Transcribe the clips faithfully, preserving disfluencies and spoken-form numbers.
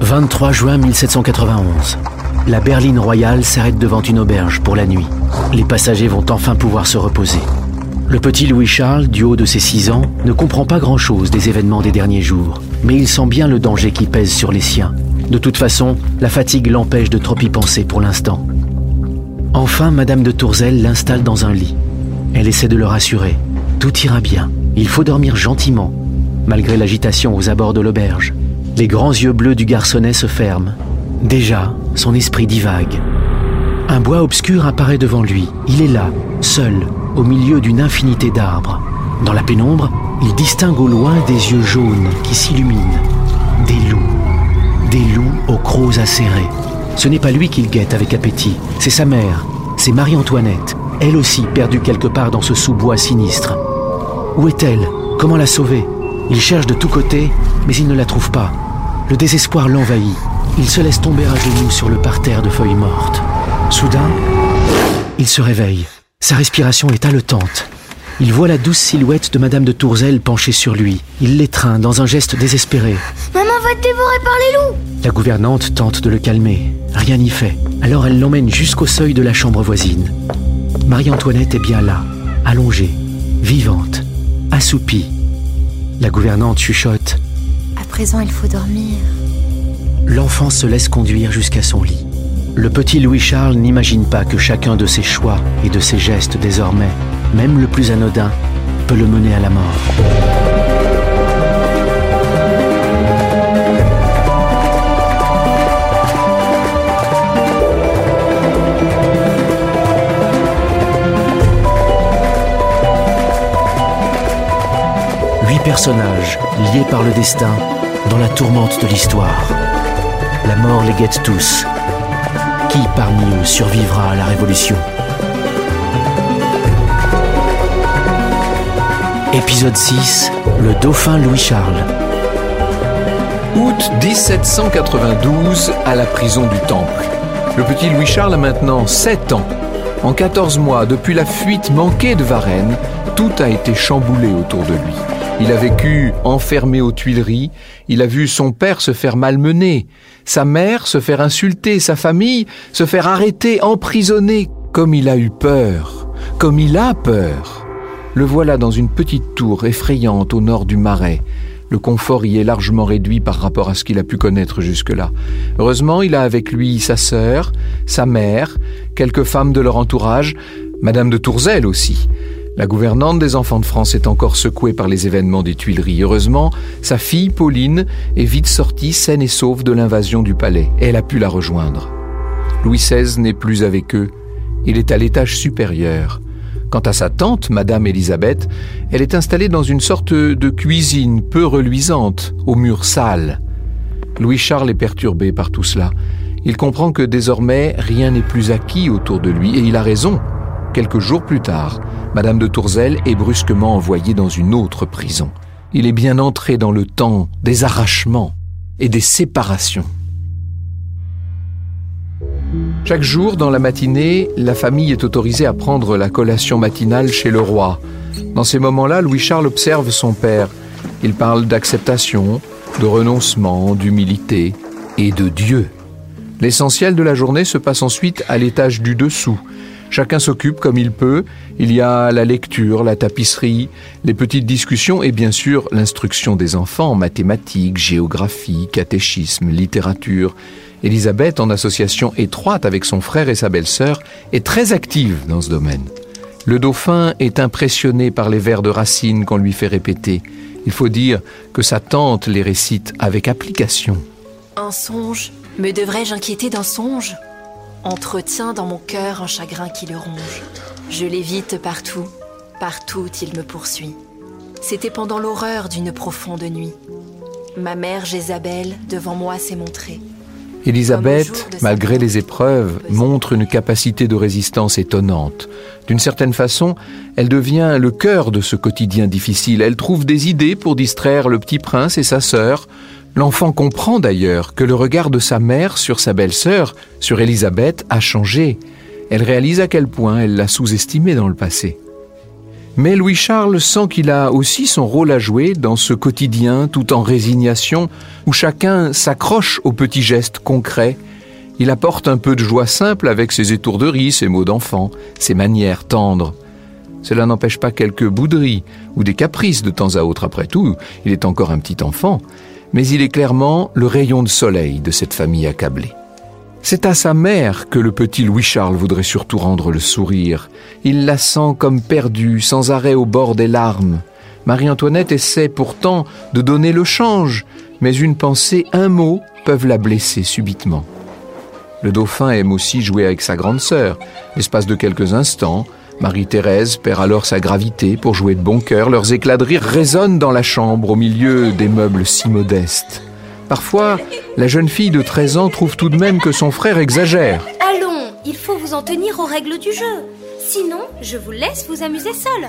vingt-trois juin mille sept cent quatre-vingt-onze. La berline royale s'arrête devant une auberge pour la nuit. Les passagers vont enfin pouvoir se reposer. Le petit Louis-Charles, du haut de ses six ans, ne comprend pas grand-chose des événements des derniers jours, mais il sent bien le danger qui pèse sur les siens. De toute façon, la fatigue l'empêche de trop y penser pour l'instant. Enfin, Madame de Tourzel l'installe dans un lit. Elle essaie de le rassurer. Tout ira bien. Il faut dormir gentiment, malgré l'agitation aux abords de l'auberge. Les grands yeux bleus du garçonnet se ferment. Déjà, son esprit divague. Un bois obscur apparaît devant lui. Il est là, seul, au milieu d'une infinité d'arbres. Dans la pénombre, il distingue au loin des yeux jaunes qui s'illuminent. Des loups. Des loups aux crocs acérés. Ce n'est pas lui qu'il guette avec appétit, c'est sa mère, c'est Marie-Antoinette, elle aussi perdue quelque part dans ce sous-bois sinistre. Où est-elle ? Comment la sauver ? Il cherche de tous côtés, mais il ne la trouve pas. Le désespoir l'envahit. Il se laisse tomber à genoux sur le parterre de feuilles mortes. Soudain, il se réveille. Sa respiration est haletante. Il voit la douce silhouette de Madame de Tourzel penchée sur lui. Il l'étreint dans un geste désespéré. Maman va être dévorée par les loups! La gouvernante tente de le calmer. Rien n'y fait. Alors elle l'emmène jusqu'au seuil de la chambre voisine. Marie-Antoinette est bien là, allongée, vivante, assoupie. La gouvernante chuchote. À présent, il faut dormir. L'enfant se laisse conduire jusqu'à son lit. Le petit Louis-Charles n'imagine pas que chacun de ses choix et de ses gestes désormais, même le plus anodin, peut le mener à la mort. Huit personnages, liés par le destin, dans la tourmente de l'histoire. La mort les guette tous. Qui parmi eux survivra à la Révolution ? Épisode six, le dauphin Louis-Charles. Août dix-sept cent quatre-vingt-douze, à la prison du Temple. Le petit Louis-Charles a maintenant sept ans. En quatorze mois, depuis la fuite manquée de Varennes, tout a été chamboulé autour de lui. Il a vécu enfermé aux Tuileries, il a vu son père se faire malmener, sa mère se faire insulter, sa famille se faire arrêter, emprisonner. Comme il a eu peur, comme il a peur. Le voilà dans une petite tour effrayante au nord du Marais. Le confort y est largement réduit par rapport à ce qu'il a pu connaître jusque-là. Heureusement, il a avec lui sa sœur, sa mère, quelques femmes de leur entourage, Madame de Tourzel aussi. La gouvernante des enfants de France est encore secouée par les événements des Tuileries. Heureusement, sa fille Pauline est vite sortie saine et sauve de l'invasion du palais. Elle a pu la rejoindre. Louis seize n'est plus avec eux. Il est à l'étage supérieur. Quant à sa tante, Madame Élisabeth, elle est installée dans une sorte de cuisine peu reluisante, aux murs sales. Louis-Charles est perturbé par tout cela. Il comprend que désormais, rien n'est plus acquis autour de lui, et il a raison. Quelques jours plus tard, Madame de Tourzel est brusquement envoyée dans une autre prison. Il est bien entré dans le temps des arrachements et des séparations. Chaque jour, dans la matinée, la famille est autorisée à prendre la collation matinale chez le roi. Dans ces moments-là, Louis-Charles observe son père. Il parle d'acceptation, de renoncement, d'humilité et de Dieu. L'essentiel de la journée se passe ensuite à l'étage du dessous. Chacun s'occupe comme il peut. Il y a la lecture, la tapisserie, les petites discussions et bien sûr l'instruction des enfants en mathématiques, géographie, catéchisme, littérature. Élisabeth, en association étroite avec son frère et sa belle-sœur, est très active dans ce domaine. Le dauphin est impressionné par les vers de Racine qu'on lui fait répéter. Il faut dire que sa tante les récite avec application. Un songe, me devrais-je inquiéter d'un songe ? Entretient dans mon cœur un chagrin qui le ronge. Je l'évite partout, partout il me poursuit. C'était pendant l'horreur d'une profonde nuit. Ma mère Jézabel devant moi s'est montrée. Élisabeth, malgré les épreuves, montre une capacité de résistance étonnante. D'une certaine façon, elle devient le cœur de ce quotidien difficile. Elle trouve des idées pour distraire le petit prince et sa sœur. L'enfant comprend d'ailleurs que le regard de sa mère sur sa belle-sœur, sur Élisabeth, a changé. Elle réalise à quel point elle l'a sous-estimée dans le passé. Mais Louis-Charles sent qu'il a aussi son rôle à jouer dans ce quotidien tout en résignation où chacun s'accroche aux petits gestes concrets. Il apporte un peu de joie simple avec ses étourderies, ses mots d'enfant, ses manières tendres. Cela n'empêche pas quelques bouderies ou des caprices de temps à autre. Après tout, il est encore un petit enfant, mais il est clairement le rayon de soleil de cette famille accablée. C'est à sa mère que le petit Louis-Charles voudrait surtout rendre le sourire. Il la sent comme perdue, sans arrêt au bord des larmes. Marie-Antoinette essaie pourtant de donner le change, mais une pensée, un mot, peuvent la blesser subitement. Le dauphin aime aussi jouer avec sa grande sœur. L'espace de quelques instants, Marie-Thérèse perd alors sa gravité pour jouer de bon cœur. Leurs éclats de rire résonnent dans la chambre au milieu des meubles si modestes. Parfois, la jeune fille de treize ans trouve tout de même que son frère exagère. Allons, il faut vous en tenir aux règles du jeu. Sinon, je vous laisse vous amuser seul.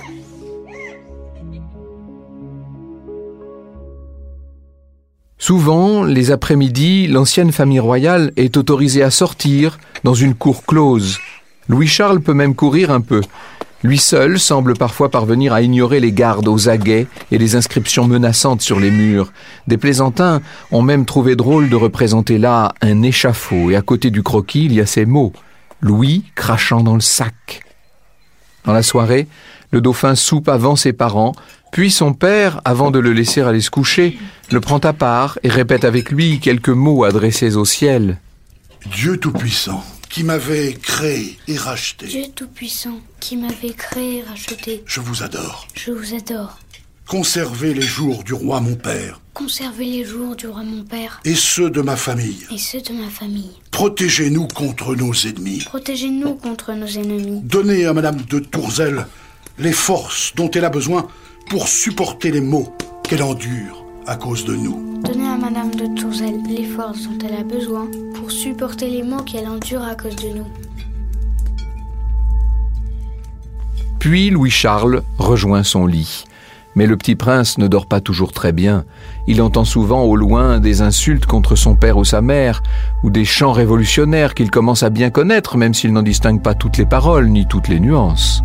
Souvent, les après-midi, l'ancienne famille royale est autorisée à sortir dans une cour close. Louis-Charles peut même courir un peu. Lui seul semble parfois parvenir à ignorer les gardes aux aguets et les inscriptions menaçantes sur les murs. Des plaisantins ont même trouvé drôle de représenter là un échafaud et à côté du croquis, il y a ces mots « Louis crachant dans le sac ». Dans la soirée, le dauphin soupe avant ses parents, puis son père, avant de le laisser aller se coucher, le prend à part et répète avec lui quelques mots adressés au ciel. Dieu Tout-Puissant, qui m'avait créé et racheté. Dieu Tout-Puissant, qui m'avait créé et racheté. Je vous adore. Je vous adore. Conservez les jours du roi mon père. Conservez les jours du roi mon père. Et ceux de ma famille. Et ceux de ma famille. Protégez-nous contre nos ennemis. Protégez-nous contre nos ennemis. Donnez à Madame de Tourzel les forces dont elle a besoin pour supporter les maux qu'elle endure à cause de nous. Donnez à Madame de Tourzel les forces dont elle a besoin pour supporter les maux qu'elle endure à cause de nous. Puis Louis-Charles rejoint son lit. Mais le petit prince ne dort pas toujours très bien. Il entend souvent au loin des insultes contre son père ou sa mère, ou des chants révolutionnaires qu'il commence à bien connaître, même s'il n'en distingue pas toutes les paroles ni toutes les nuances.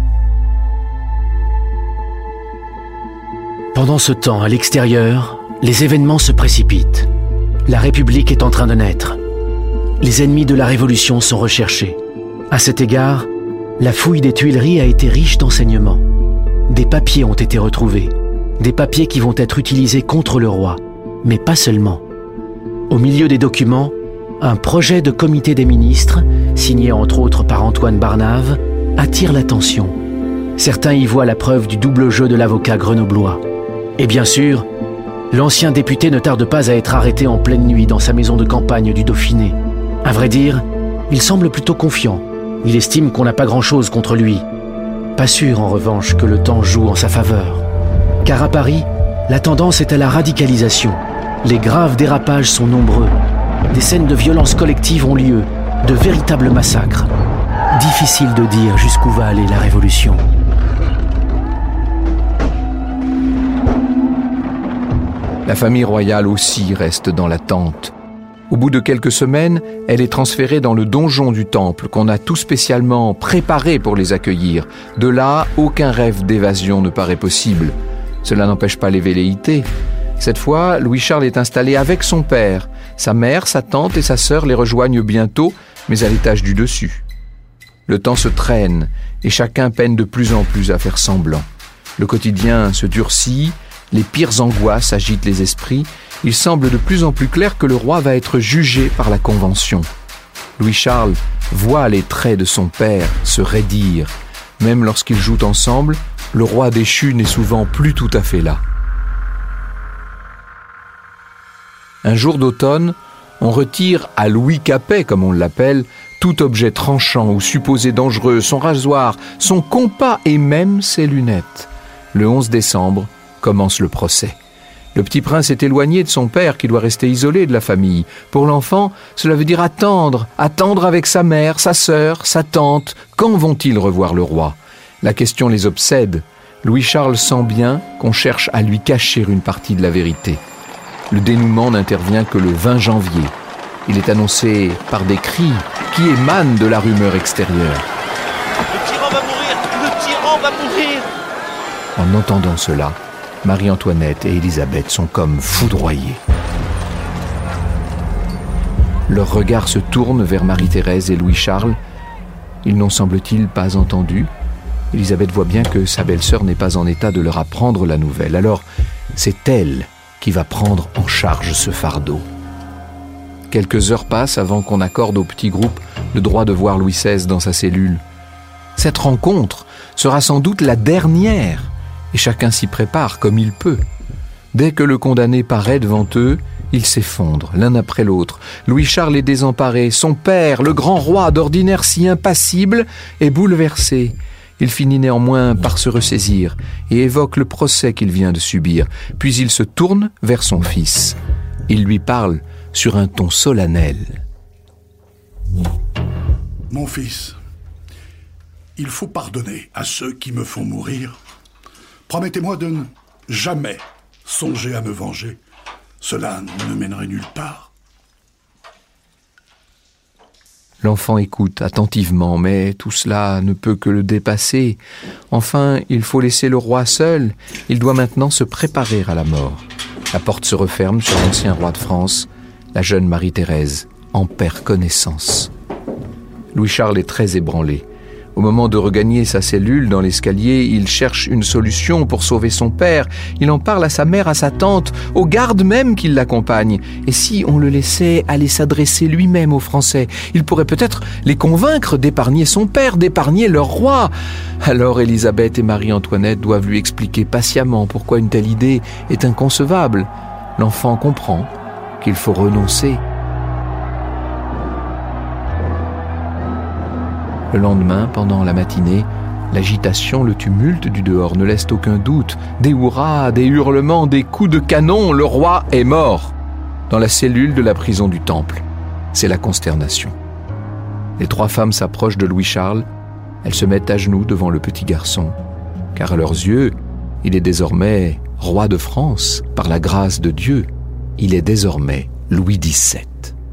Pendant ce temps, à l'extérieur, les événements se précipitent. La République est en train de naître. Les ennemis de la Révolution sont recherchés. À cet égard, la fouille des Tuileries a été riche d'enseignements. Des papiers ont été retrouvés. Des papiers qui vont être utilisés contre le roi, mais pas seulement. Au milieu des documents, un projet de comité des ministres, signé entre autres par Antoine Barnave, attire l'attention. Certains y voient la preuve du double jeu de l'avocat grenoblois. Et bien sûr, l'ancien député ne tarde pas à être arrêté en pleine nuit dans sa maison de campagne du Dauphiné. À vrai dire, il semble plutôt confiant. Il estime qu'on n'a pas grand-chose contre lui. Pas sûr, en revanche, que le temps joue en sa faveur. Car à Paris, la tendance est à la radicalisation. Les graves dérapages sont nombreux. Des scènes de violence collective ont lieu, de véritables massacres. Difficile de dire jusqu'où va aller la Révolution. La famille royale aussi reste dans l'attente. Au bout de quelques semaines, elle est transférée dans le donjon du temple qu'on a tout spécialement préparé pour les accueillir. De là, aucun rêve d'évasion ne paraît possible. Cela n'empêche pas les velléités. Cette fois, Louis-Charles est installé avec son père. Sa mère, sa tante et sa sœur les rejoignent bientôt, mais à l'étage du dessus. Le temps se traîne et chacun peine de plus en plus à faire semblant. Le quotidien se durcit, les pires angoisses agitent les esprits. Il semble de plus en plus clair que le roi va être jugé par la Convention. Louis-Charles voit les traits de son père se raidir. Même lorsqu'ils jouent ensemble, le roi déchu n'est souvent plus tout à fait là. Un jour d'automne, on retire à Louis Capet, comme on l'appelle, tout objet tranchant ou supposé dangereux, son rasoir, son compas et même ses lunettes. Le onze décembre commence le procès. Le petit prince est éloigné de son père qui doit rester isolé de la famille. Pour l'enfant, cela veut dire attendre, attendre avec sa mère, sa sœur, sa tante. Quand vont-ils revoir le roi ? La question les obsède. Louis-Charles sent bien qu'on cherche à lui cacher une partie de la vérité. Le dénouement n'intervient que le vingt janvier. Il est annoncé par des cris qui émanent de la rumeur extérieure. Le tyran va mourir ! Le tyran va mourir ! En entendant cela, Marie-Antoinette et Élisabeth sont comme foudroyées. Leurs regards se tournent vers Marie-Thérèse et Louis-Charles. Ils n'ont, semble-t-il, pas entendu. Élisabeth voit bien que sa belle-sœur n'est pas en état de leur apprendre la nouvelle. Alors, c'est elle qui va prendre en charge ce fardeau. Quelques heures passent avant qu'on accorde au petit groupe le droit de voir Louis seize dans sa cellule. Cette rencontre sera sans doute la dernière, et chacun s'y prépare comme il peut. Dès que le condamné paraît devant eux, ils s'effondrent l'un après l'autre. Louis-Charles est désemparé. Son père, le grand roi, d'ordinaire si impassible, est bouleversé. Il finit néanmoins par se ressaisir et évoque le procès qu'il vient de subir. Puis il se tourne vers son fils. Il lui parle sur un ton solennel. Mon fils, il faut pardonner à ceux qui me font mourir. Promettez-moi de ne jamais songer à me venger. Cela ne mènerait nulle part. L'enfant écoute attentivement, mais tout cela ne peut que le dépasser. Enfin, il faut laisser le roi seul. Il doit maintenant se préparer à la mort. La porte se referme sur l'ancien roi de France. La jeune Marie-Thérèse en perd connaissance. Louis-Charles est très ébranlé. Au moment de regagner sa cellule dans l'escalier, il cherche une solution pour sauver son père. Il en parle à sa mère, à sa tante, aux gardes même qui l'accompagnent. Et si on le laissait aller s'adresser lui-même aux Français, il pourrait peut-être les convaincre d'épargner son père, d'épargner leur roi. Alors Élisabeth et Marie-Antoinette doivent lui expliquer patiemment pourquoi une telle idée est inconcevable. L'enfant comprend qu'il faut renoncer. Le lendemain, pendant la matinée, l'agitation, le tumulte du dehors ne laissent aucun doute. Des hurrahs, des hurlements, des coups de canon, le roi est mort. Dans la cellule de la prison du Temple, c'est la consternation. Les trois femmes s'approchent de Louis-Charles. Elles se mettent à genoux devant le petit garçon, car à leurs yeux, il est désormais roi de France, par la grâce de Dieu. Il est désormais Louis dix-sept.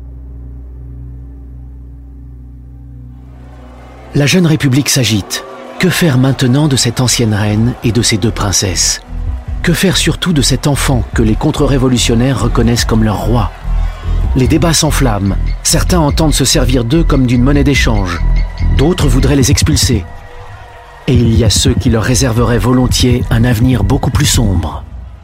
La jeune République s'agite. Que faire maintenant de cette ancienne reine et de ses deux princesses ? Que faire surtout de cet enfant que les contre-révolutionnaires reconnaissent comme leur roi ? Les débats s'enflamment. Certains entendent se servir d'eux comme d'une monnaie d'échange. D'autres voudraient les expulser. Et il y a ceux qui leur réserveraient volontiers un avenir beaucoup plus sombre.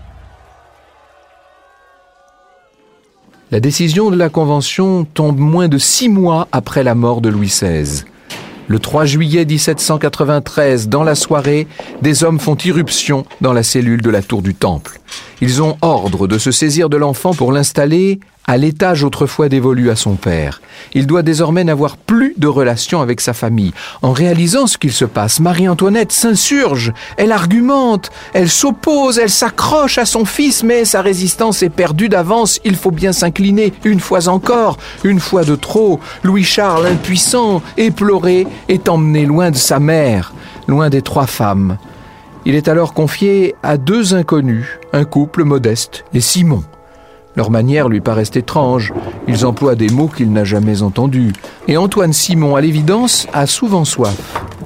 La décision de la Convention tombe moins de six mois après la mort de Louis seize. Le trois juillet dix-sept cent quatre-vingt-treize, dans la soirée, des hommes font irruption dans la cellule de la tour du Temple. Ils ont ordre de se saisir de l'enfant pour l'installer à l'étage autrefois dévolu à son père. Il doit désormais n'avoir plus de relation avec sa famille. En réalisant ce qu'il se passe, Marie-Antoinette s'insurge, elle argumente, elle s'oppose, elle s'accroche à son fils, mais sa résistance est perdue d'avance. Il faut bien s'incliner, une fois encore, une fois de trop. Louis-Charles, impuissant, éploré, est emmené loin de sa mère, loin des trois femmes. Il est alors confié à deux inconnus, un couple modeste, les Simon. Leur manière lui paraît étrange. Ils emploient des mots qu'il n'a jamais entendus. Et Antoine Simon, à l'évidence, a souvent soif.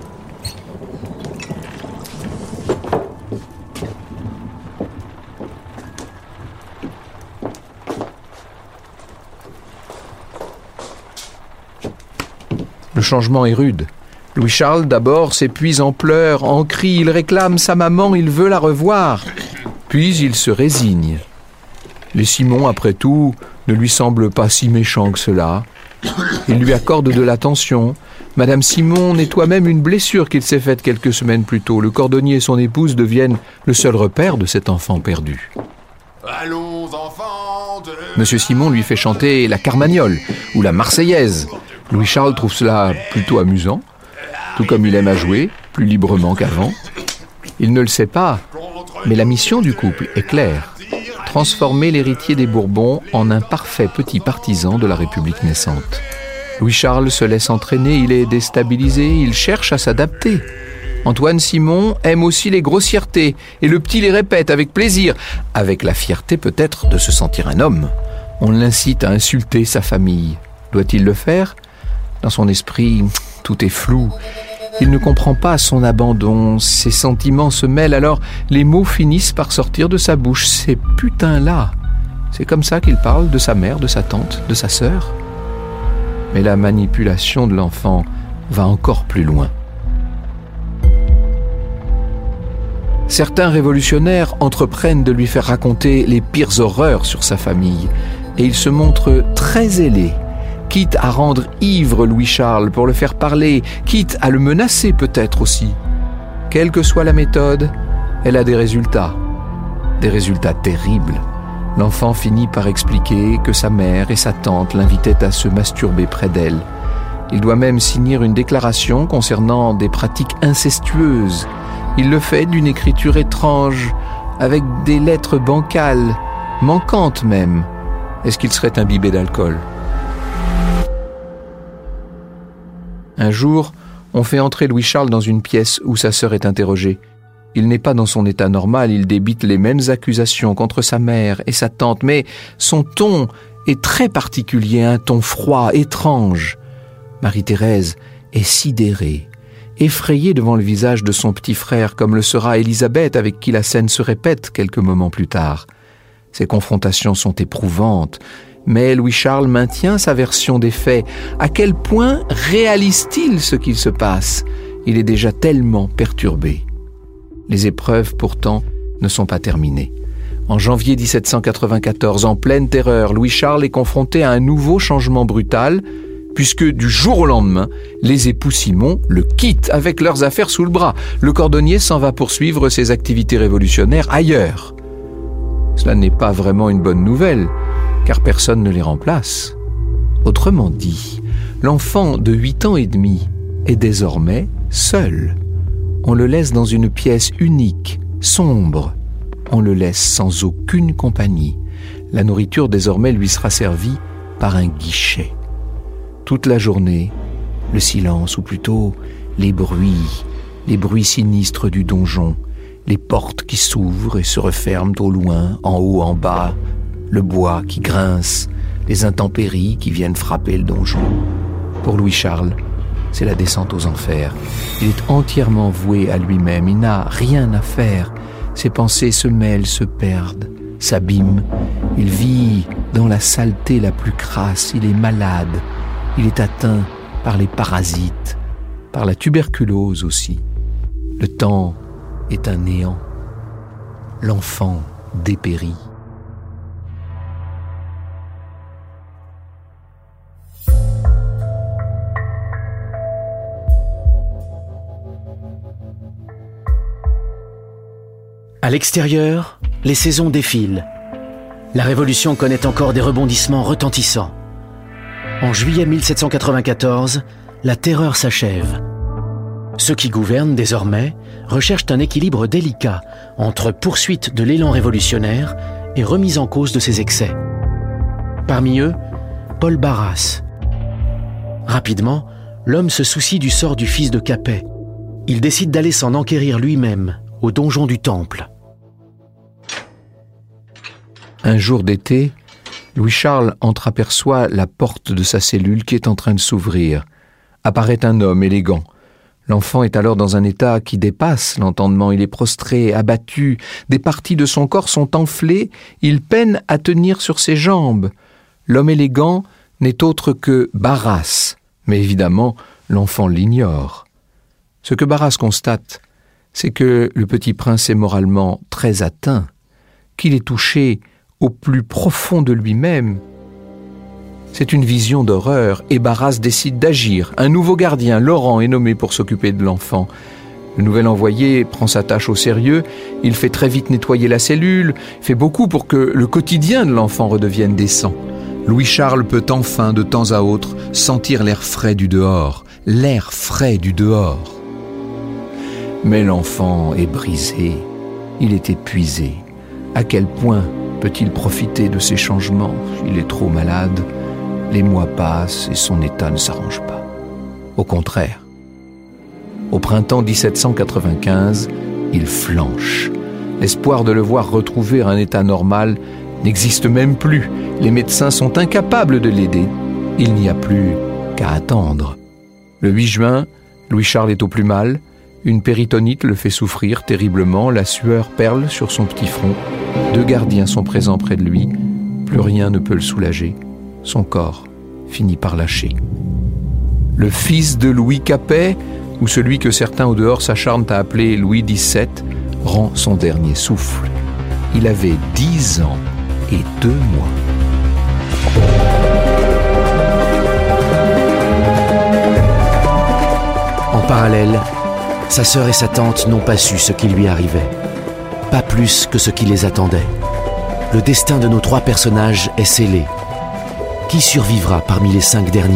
Le changement est rude. Louis-Charles, d'abord, s'épuise en pleurs, en cris. Il réclame sa maman, il veut la revoir. Puis il se résigne. Les Simon, après tout, ne lui semblent pas si méchants que cela. Ils lui accordent de l'attention. Madame Simon nettoie même une blessure qu'il s'est faite quelques semaines plus tôt. Le cordonnier et son épouse deviennent le seul repère de cet enfant perdu. Allons, enfants de... Monsieur Simon lui fait chanter la Carmagnole ou la Marseillaise. Louis-Charles trouve cela plutôt amusant, tout comme il aime à jouer, plus librement qu'avant. Il ne le sait pas, mais la mission du couple est claire. Transformer l'héritier des Bourbons en un parfait petit partisan de la République naissante. Louis-Charles se laisse entraîner, il est déstabilisé, il cherche à s'adapter. Antoine Simon aime aussi les grossièretés, et le petit les répète avec plaisir, avec la fierté peut-être de se sentir un homme. On l'incite à insulter sa famille. Doit-il le faire ? Dans son esprit, tout est flou. Il ne comprend pas son abandon, ses sentiments se mêlent, alors les mots finissent par sortir de sa bouche. Ces putains-là. C'est comme ça qu'il parle de sa mère, de sa tante, de sa sœur. Mais la manipulation de l'enfant va encore plus loin. Certains révolutionnaires entreprennent de lui faire raconter les pires horreurs sur sa famille, et il se montre très zélé, quitte à rendre ivre Louis-Charles pour le faire parler, quitte à le menacer peut-être aussi. Quelle que soit la méthode, elle a des résultats, des résultats terribles. L'enfant finit par expliquer que sa mère et sa tante l'invitaient à se masturber près d'elle. Il doit même signer une déclaration concernant des pratiques incestueuses. Il le fait d'une écriture étrange, avec des lettres bancales, manquantes même. Est-ce qu'il serait imbibé d'alcool ? Un jour, on fait entrer Louis-Charles dans une pièce où sa sœur est interrogée. Il n'est pas dans son état normal, il débite les mêmes accusations contre sa mère et sa tante, mais son ton est très particulier, un ton froid, étrange. Marie-Thérèse est sidérée, effrayée devant le visage de son petit frère, comme le sera Élisabeth, avec qui la scène se répète quelques moments plus tard. Ces confrontations sont éprouvantes, mais Louis-Charles maintient sa version des faits. À quel point réalise-t-il ce qu'il se passe ? Il est déjà tellement perturbé. Les épreuves, pourtant, ne sont pas terminées. En janvier dix-sept cent quatre-vingt-quatorze, en pleine terreur, Louis-Charles est confronté à un nouveau changement brutal, puisque du jour au lendemain, les époux Simon le quittent avec leurs affaires sous le bras. Le cordonnier s'en va poursuivre ses activités révolutionnaires ailleurs. Cela n'est pas vraiment une bonne nouvelle, car personne ne les remplace. Autrement dit, l'enfant de huit ans et demi est désormais seul. On le laisse dans une pièce unique, sombre. On le laisse sans aucune compagnie. La nourriture désormais lui sera servie par un guichet. Toute la journée, le silence, ou plutôt les bruits, les bruits sinistres du donjon, les portes qui s'ouvrent et se referment au loin, en haut, en bas, le bois qui grince, les intempéries qui viennent frapper le donjon. Pour Louis-Charles, c'est la descente aux enfers. Il est entièrement voué à lui-même, il n'a rien à faire. Ses pensées se mêlent, se perdent, s'abîment. Il vit dans la saleté la plus crasse, il est malade. Il est atteint par les parasites, par la tuberculose aussi. Le temps est un néant. L'enfant dépérit. À l'extérieur, les saisons défilent. La Révolution connaît encore des rebondissements retentissants. En juillet mille sept cent quatre-vingt-quatorze, la terreur s'achève. Ceux qui gouvernent désormais recherchent un équilibre délicat entre poursuite de l'élan révolutionnaire et remise en cause de ses excès. Parmi eux, Paul Barras. Rapidement, l'homme se soucie du sort du fils de Capet. Il décide d'aller s'en enquérir lui-même au donjon du Temple. Un jour d'été, Louis-Charles entreaperçoit la porte de sa cellule qui est en train de s'ouvrir. Apparaît un homme élégant. L'enfant est alors dans un état qui dépasse l'entendement. Il est prostré, abattu. Des parties de son corps sont enflées. Il peine à tenir sur ses jambes. L'homme élégant n'est autre que Barras. Mais évidemment, l'enfant l'ignore. Ce que Barras constate, c'est que le petit prince est moralement très atteint, qu'il est touché au plus profond de lui-même. C'est une vision d'horreur et Barras décide d'agir. Un nouveau gardien, Laurent, est nommé pour s'occuper de l'enfant. Le nouvel envoyé prend sa tâche au sérieux, il fait très vite nettoyer la cellule, fait beaucoup pour que le quotidien de l'enfant redevienne décent. Louis-Charles peut enfin, de temps à autre, sentir l'air frais du dehors, l'air frais du dehors. Mais l'enfant est brisé, il est épuisé. À quel point peut-il profiter de ces changements ? Il est trop malade, les mois passent et son état ne s'arrange pas. Au contraire, au printemps dix-sept cent quatre-vingt-quinze, il flanche. L'espoir de le voir retrouver un état normal n'existe même plus. Les médecins sont incapables de l'aider. Il n'y a plus qu'à attendre. Le huit juin, Louis-Charles est au plus mal. Une péritonite le fait souffrir terriblement. La sueur perle sur son petit front. Deux gardiens sont présents près de lui. Plus rien ne peut le soulager. Son corps finit par lâcher. Le fils de Louis Capet, ou celui que certains au dehors s'acharnent à appeler Louis dix-sept, rend son dernier souffle. Il avait dix ans et deux mois. En parallèle, sa sœur et sa tante n'ont pas su ce qui lui arrivait. Pas plus que ce qui les attendait. Le destin de nos trois personnages est scellé. Qui survivra parmi les cinq derniers ?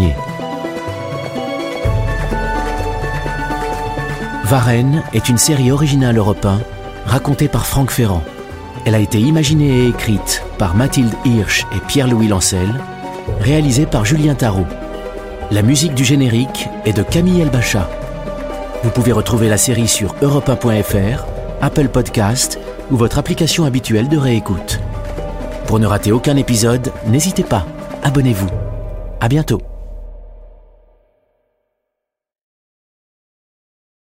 Varenne est une série originale Europe un racontée par Franck Ferrand. Elle a été imaginée et écrite par Mathilde Hirsch et Pierre-Louis Lancel, réalisée par Julien Tarot. La musique du générique est de Camille Elbacha. Vous pouvez retrouver la série sur europe un point f r, Apple Podcast ou votre application habituelle de réécoute. Pour ne rater aucun épisode, n'hésitez pas, abonnez-vous. À bientôt.